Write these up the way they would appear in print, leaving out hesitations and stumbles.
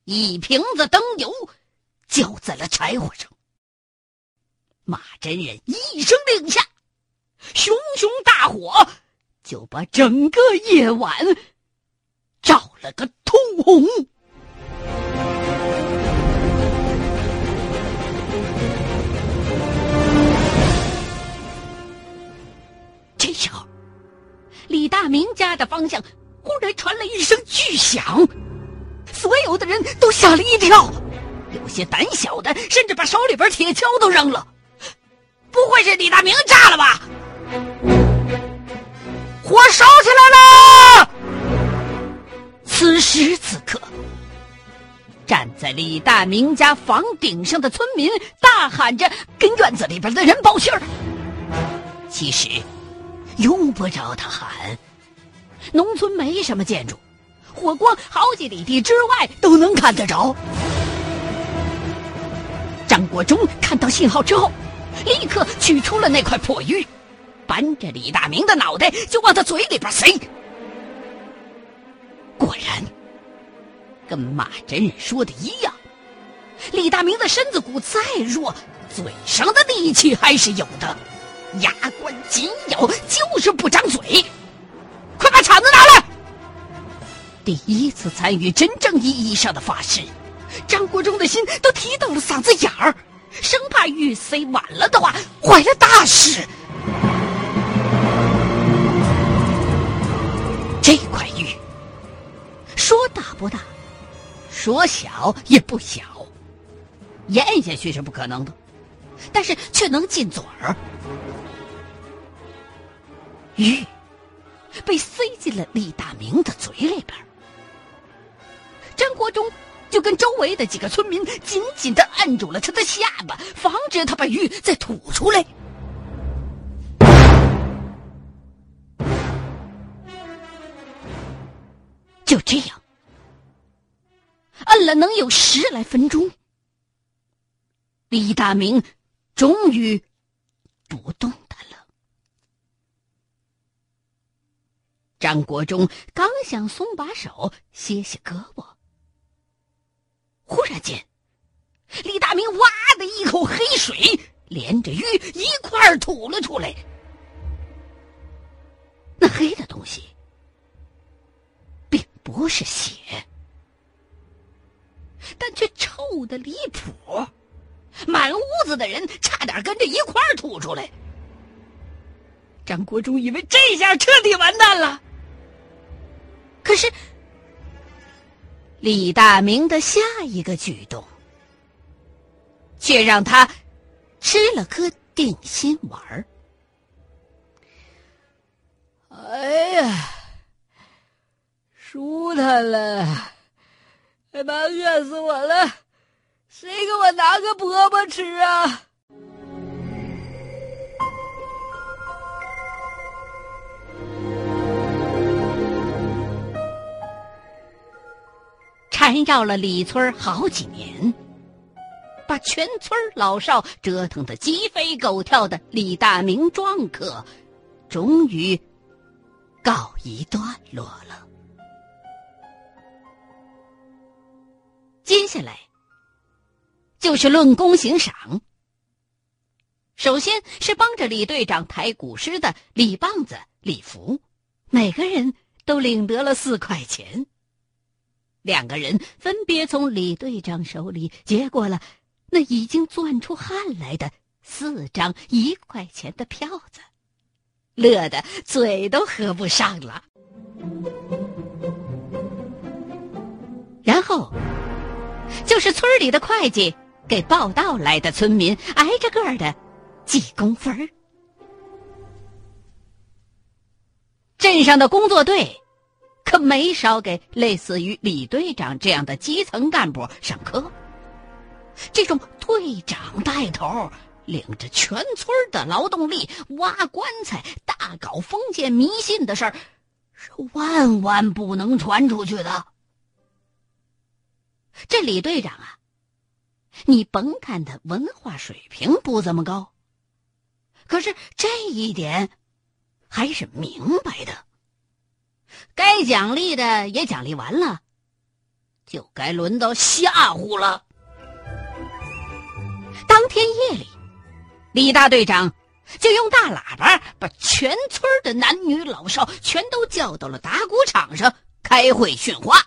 一瓶子灯油浇在了柴火上。马真人一声令下，熊熊大火就把整个夜晚照了个通红。这时候，李大明家的方向忽然传来一声巨响，所有的人都吓了一跳，有些胆小的甚至把手里边铁锹都扔了。不会是李大明炸了吧？火烧起来了！此时此刻，站在李大明家房顶上的村民大喊着跟院子里边的人报信儿。其实用不着他喊，农村没什么建筑，火光好几里地之外都能看得着。张国忠看到信号之后，立刻取出了那块破玉，扳着李大明的脑袋就往他嘴里边塞。果然跟马真人说的一样，李大明的身子骨再弱，嘴上的力气还是有的，牙关紧咬，就是不张嘴。快把铲子拿来！第一次参与真正意义上的发誓，张国忠的心都提到了嗓子眼儿，生怕玉塞晚了的话坏了大事。这块玉说大不大，说小也不小，咽下去是不可能的，但是却能进嘴儿。玉被塞进了李大明的嘴里边，张国忠就跟周围的几个村民紧紧地按住了他的下巴，防止他把玉再吐出来。就这样摁了能有10来分钟，李大明终于不动弹了。张国忠刚想松把手歇歇胳膊，忽然间李大明哇的一口黑水连着玉一块儿吐了出来。那黑的东西并不是血，但却臭得离谱，满屋子的人差点跟着一块儿吐出来。张国忠以为这下彻底完蛋了，可是李大明的下一个举动却让他吃了颗定心丸儿。 哎呀，舒坦了，哎妈，饿死我了！谁给我拿个饽饽吃啊？ 缠绕了李村好几年，把全村老少折腾得鸡飞狗跳的李大明庄客终于告一段落了。接下来就是论功行赏。首先是帮着李队长抬古尸的李棒子、李福，每个人都领得了4块钱。2个人分别从李队长手里接过了那已经攥出汗来的4张1块钱的票子，乐得嘴都合不上了。然后就是村里的会计给报道来的村民挨着个的记工分。镇上的工作队可没少给类似于李队长这样的基层干部上课。这种队长带头，领着全村的劳动力挖棺材、大搞封建迷信的事儿，是万万不能传出去的。这李队长啊，你甭看他文化水平不怎么高，可是这一点还是明白的。该奖励的也奖励完了， 就该轮到吓唬了。当天夜里，李大队长就用大喇叭把全村的男女老少全都叫到了打鼓场上开会训话。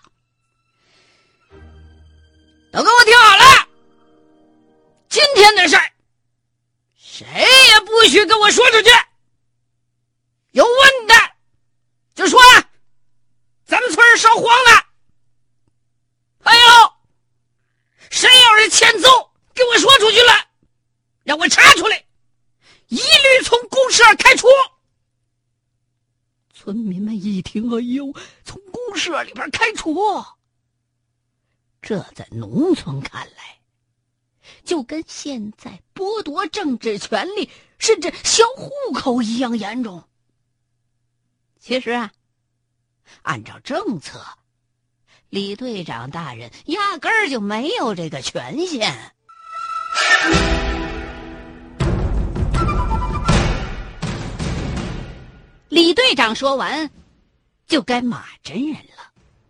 都给我听好了，今天的事儿谁也不许跟我说出去，有问的就说了，咱们村烧荒了。还有谁要是欠揍给我说出去了，让我查出来，一律从公社开除。村民们一听，哎呦，从公社里边开除，这在农村看来就跟现在剥夺政治权利甚至销户口一样严重。其实啊，按照政策，李队长大人压根儿就没有这个权限。李队长说完，就该马真人了。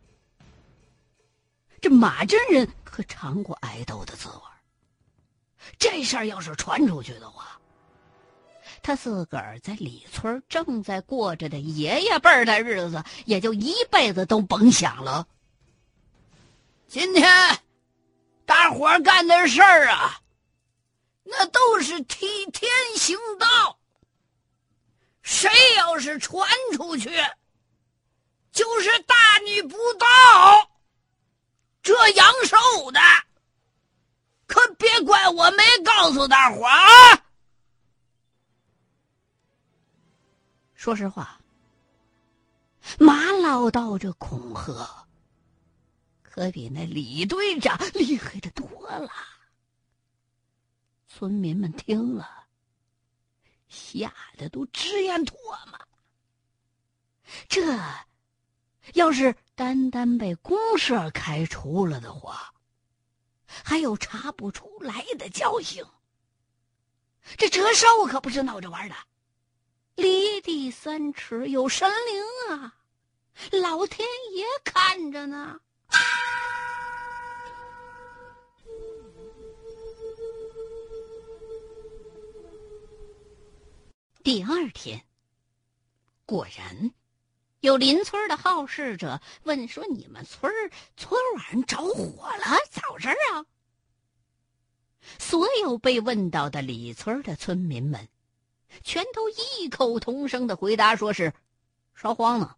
这马真人可尝过挨斗的滋味，这事儿要是传出去的话，他自个儿在李村正在过着的爷爷辈儿的日子，也就一辈子都甭想了。今天大伙儿干的事儿啊，那都是替天行道，谁要是传出去，就是大逆不道，这阳寿的可别怪我没告诉大伙儿啊。说实话，马老道这恐吓可比那李队长厉害的多了。村民们听了，吓得都直咽唾沫。这要是单单被公社开除了的话，还有查不出来的侥幸。这折寿可不是闹着玩的，离地3尺有神灵啊，老天爷看着呢。第二天，果然有邻村的好事者问说：“你们村晚上着火了，咋回事啊？”所有被问到的李村的村民们全都异口同声的回答说是烧荒了。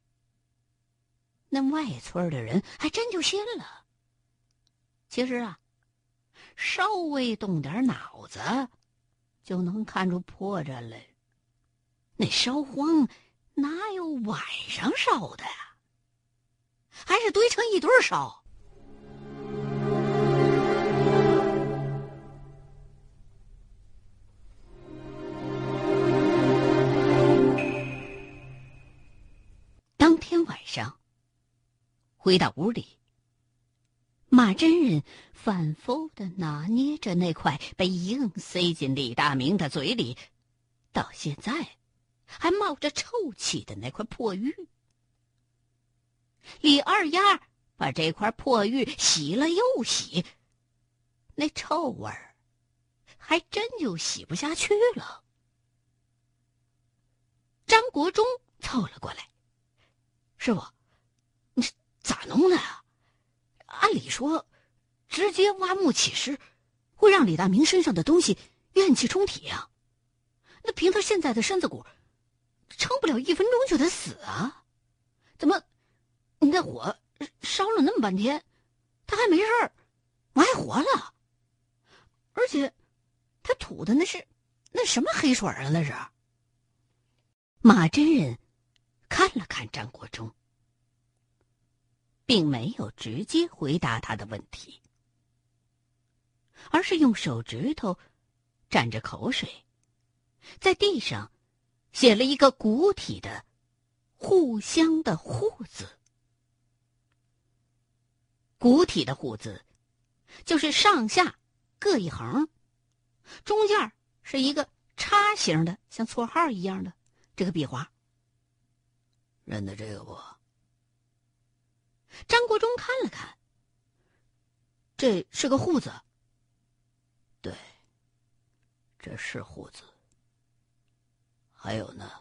那外村的人还真就信了。其实啊，稍微动点脑子就能看出破绽来。那烧荒哪有晚上烧的呀？还是堆成一堆烧。当天晚上回到屋里，马真人反复地拿捏着那块被硬塞进李大明的嘴里，到现在还冒着臭气的那块破玉。李二丫把这块破玉洗了又洗，那臭味儿还真就洗不下去了。张国忠凑了过来：“师傅，你咋弄的啊？按理说直接挖墓起尸会让李大明身上的东西怨气冲体啊，那凭他现在的身子骨撑不了1分钟就得死啊！怎么你那火烧了那么半天，他还没事儿，我还活了？而且他吐的那什么黑水啊？那是。”马真人看了看张国忠，并没有直接回答他的问题，而是用手指头蘸着口水，在地上写了一个古体的互相的互字。古体的互字就是上下各一横，中间是一个叉形的像绰号一样的这个笔画。认得这个不？张国忠看了看， 这是个户子。 对，这是户子。还有呢？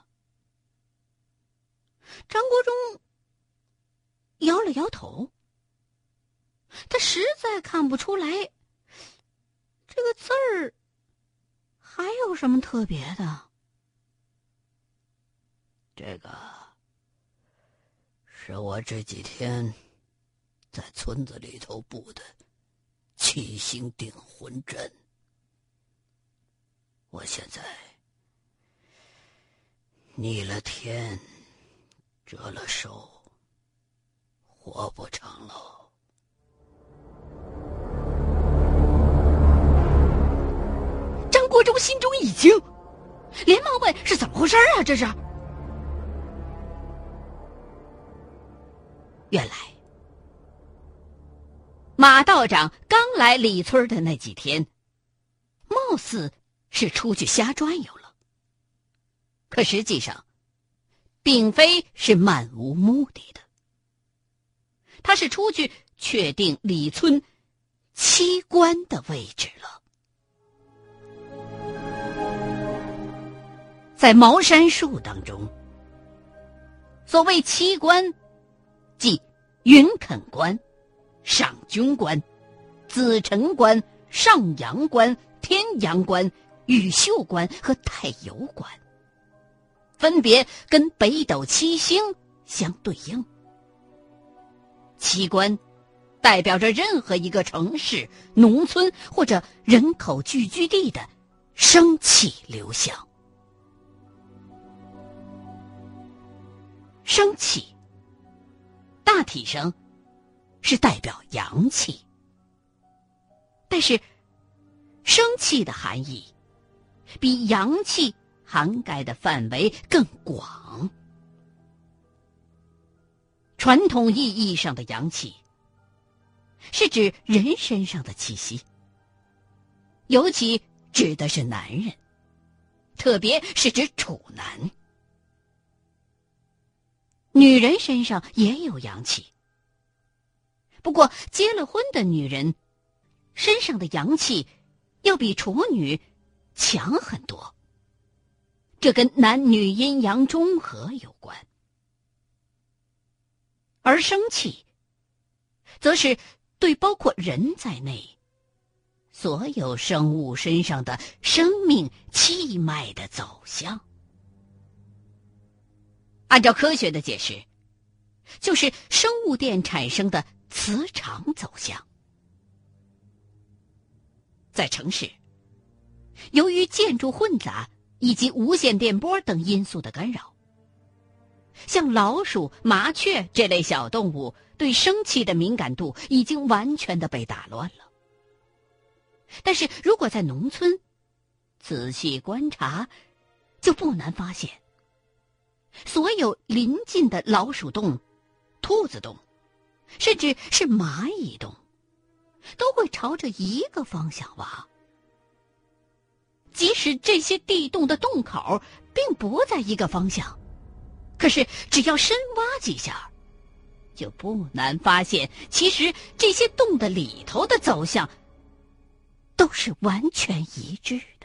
张国忠摇了摇头，他实在看不出来这个字儿还有什么特别的。 这个是我这几天在村子里头布的七星定魂阵。我现在逆了天，折了寿，活不长喽。 张国忠心中一惊，连忙问：“是怎么回事啊？这是？”原来，马道长刚来李村的那几天，貌似是出去瞎转悠了，可实际上并非是漫无目的的。他是出去确定李村七关的位置了。在茅山术当中，所谓七关，即云垦关、上军关、紫辰关、上阳关、天阳关、羽秀关和太游关，分别跟北斗七星相对应。七关代表着任何一个城市、农村或者人口聚居地的生气流向。生气大体上是代表阳气，但是生气的含义比阳气涵盖的范围更广。传统意义上的阳气是指人身上的气息，尤其指的是男人，特别是指处男。女人身上也有阳气，不过结了婚的女人身上的阳气要比处女强很多，这跟男女阴阳中和有关。而生气则是对包括人在内所有生物身上的生命气脉的走向。按照科学的解释，就是生物电产生的磁场走向。在城市，由于建筑混杂以及无线电波等因素的干扰，像老鼠、麻雀这类小动物对生气的敏感度已经完全的被打乱了。但是如果在农村仔细观察，就不难发现，所有邻近的老鼠洞、兔子洞，甚至是蚂蚁洞，都会朝着一个方向挖。即使这些地洞的洞口并不在一个方向，可是只要深挖几下，就不难发现，其实这些洞的里头的走向都是完全一致的。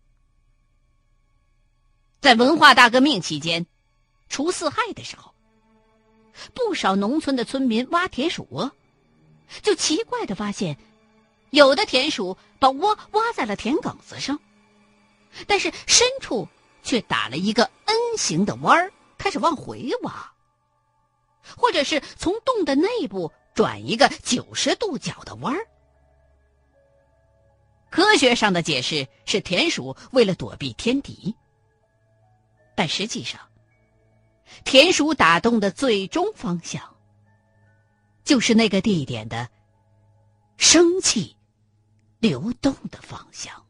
在文化大革命期间，除四害的时候，不少农村的村民挖田鼠窝，就奇怪地发现，有的田鼠把窝挖在了田埂子上，但是深处却打了一个 N 型的弯儿，开始往回挖，或者是从洞的内部转一个90度角的弯儿。科学上的解释是田鼠为了躲避天敌，但实际上田鼠打洞的最终方向就是那个地点的生气流动的方向。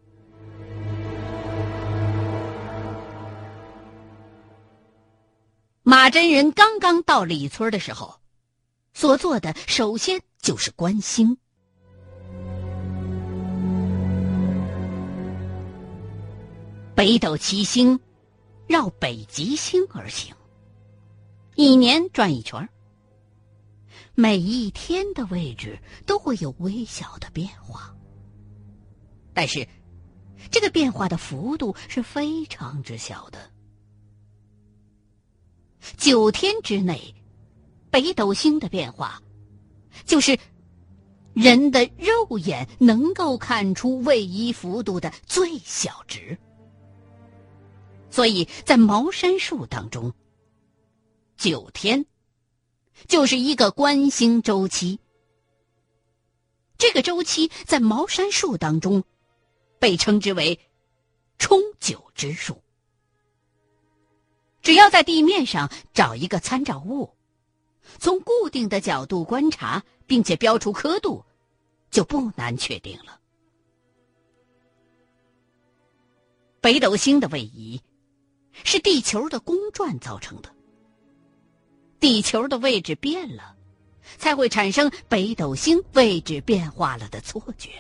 马真人刚刚到李村的时候，所做的首先就是观星。北斗七星绕北极星而行，一年转一圈。 每一天的位置都会有微小的变化，但是这个变化的幅度是非常之小的。9天之内，北斗星的变化就是人的肉眼能够看出位移幅度的最小值。所以在茅山术当中，9天就是一个观星周期。这个周期在茅山术当中被称之为冲9之数。只要在地面上找一个参照物，从固定的角度观察，并且标出刻度，就不难确定了。北斗星的位移是地球的公转造成的，地球的位置变了，才会产生北斗星位置变化了的错觉。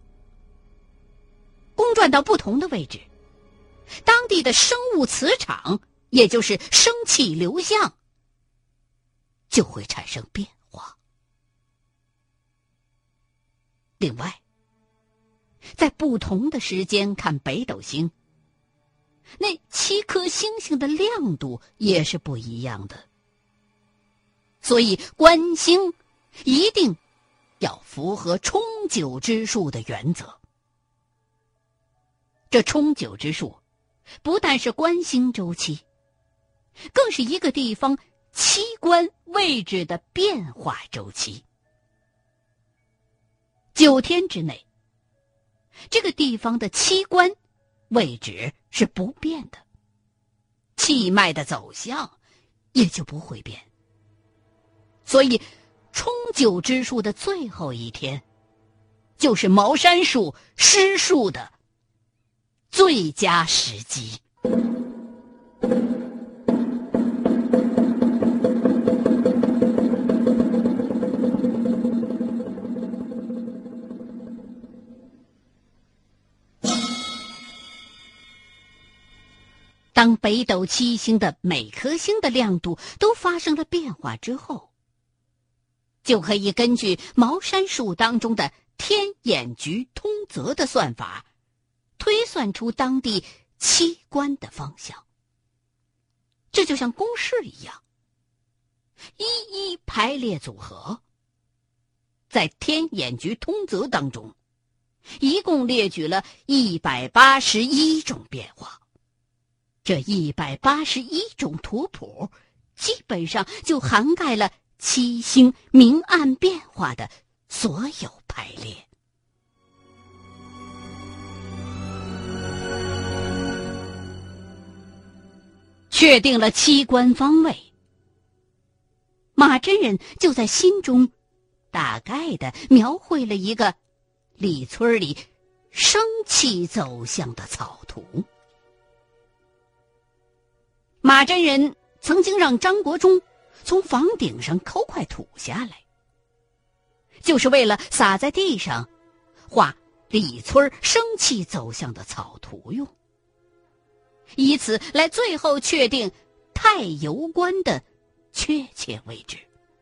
公转到不同的位置，当地的生物磁场，也就是生气流向，就会产生变化。另外，在不同的时间看北斗星，那7颗星星的亮度也是不一样的。所以观星一定要符合冲9之数的原则。这冲9之数不但是观星周期，更是一个地方7官位置的变化周期。9天之内，这个地方的7官位置是不变的，气脉的走向也就不会变。所以冲9之数的最后一天，就是茅山术施术的最佳时机。当北斗7星的每颗星的亮度都发生了变化之后，就可以根据茅山术当中的天眼局通则的算法，推算出当地7官的方向。这就像公式一样，一一排列组合。在天眼局通则当中，一共列举了181种变化。这181种图谱，基本上就涵盖了7星明暗变化的所有排列。确定了7官方位，马真人就在心中大概的描绘了一个李村里生气走向的草图。马真人曾经让张国忠从房顶上抠块土下来，就是为了撒在地上画李村生气走向的草图用，以此来最后确定太游关的确切位置。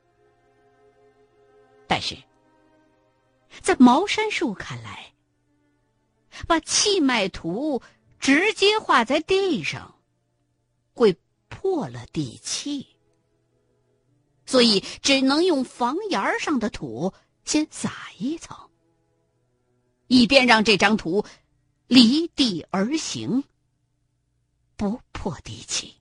但是在茅山术看来，把气脉图直接画在地上会破了地气，所以只能用房檐上的土先撒一层，以便让这张图离地而行，不破地气。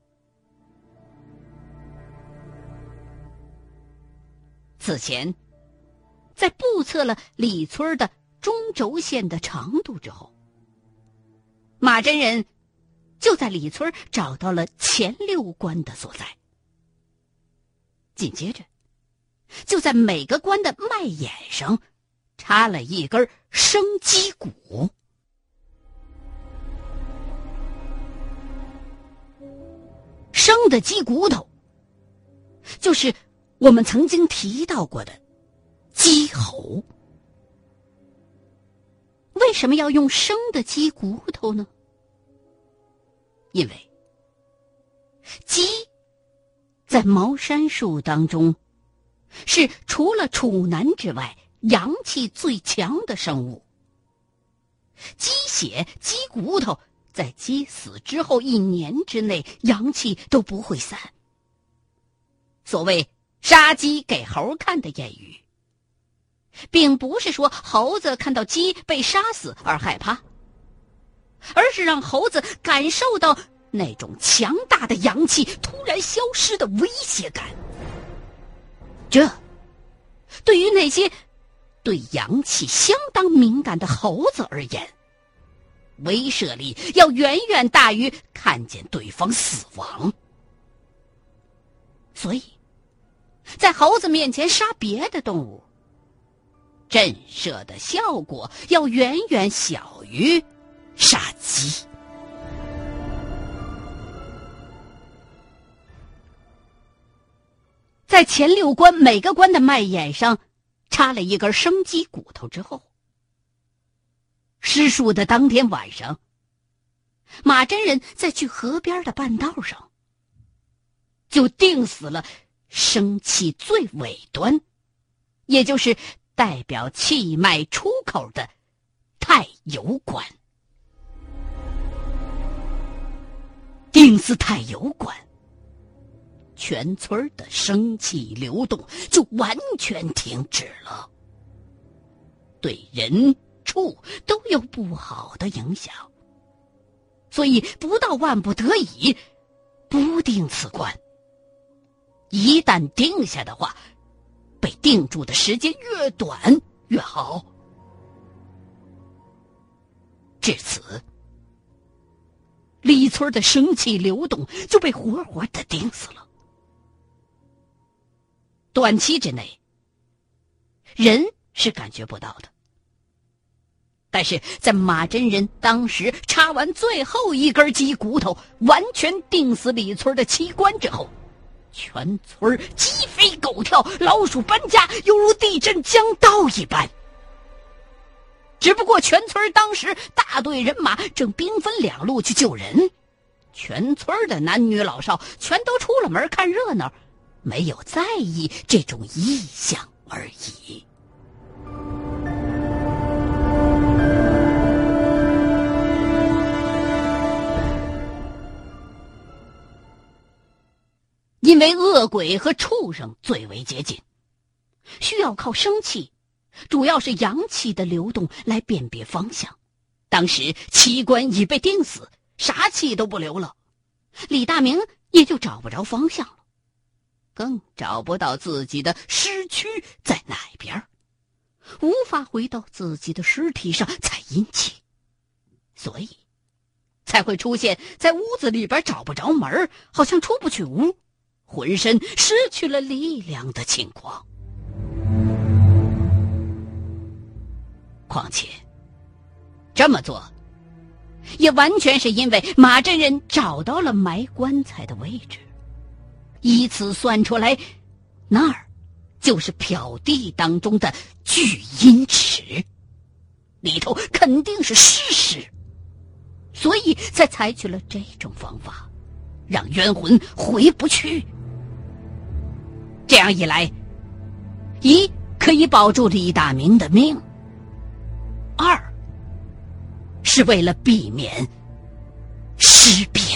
此前在布测了李村的中轴线的长度之后，马真人就在李村找到了前6关的所在。紧接着就在每个关的脉眼上插了一根生鸡骨。生的鸡骨头就是我们曾经提到过的鸡喉。为什么要用生的鸡骨头呢？因为鸡在茅山术当中是除了处男之外阳气最强的生物。鸡血、鸡骨头在鸡死之后1年之内阳气都不会散。所谓杀鸡给猴看的谚语，并不是说猴子看到鸡被杀死而害怕，而是让猴子感受到那种强大的阳气突然消失的威胁感。这对于那些对阳气相当敏感的猴子而言，威慑力要远远大于看见对方死亡。所以在猴子面前杀别的动物，震慑的效果要远远小于杀鸡。在前6关每个关的脉眼上插了一根生鸡骨头之后，施术的当天晚上，马真人在去河边的半道上就定死了生气最尾端，也就是代表气脉出口的太油关。定死太油关，全村的生气流动就完全停止了，对人畜都有不好的影响。所以不到万不得已不定此关，一旦定下的话，被定住的时间越短越好。至此，李村的生气流动就被活活的定死了。短期之内，人是感觉不到的，但是在马真人当时插完最后一根鸡骨头，完全定死李村的器官之后，全村鸡飞狗跳，老鼠搬家，犹如地震将到一般。只不过全村当时大队人马正兵分2路去救人，全村的男女老少全都出了门看热闹，没有在意这种异象而已。因为恶鬼和畜生最为接近，需要靠生气，主要是阳气的流动来辨别方向。当时器官已被定死，啥气都不留了，李大明也就找不着方向了，更找不到自己的尸躯在哪边，无法回到自己的尸体上才阴气，所以才会出现在屋子里边找不着门，好像出不去屋，浑身失去了力量的情况。况且这么做也完全是因为马真人找到了埋棺材的位置，依此算出来，那儿就是漂地当中的聚阴池，里头肯定是尸尸，所以才采取了这种方法，让冤魂回不去。这样一来，一可以保住李大明的命，二是为了避免尸变。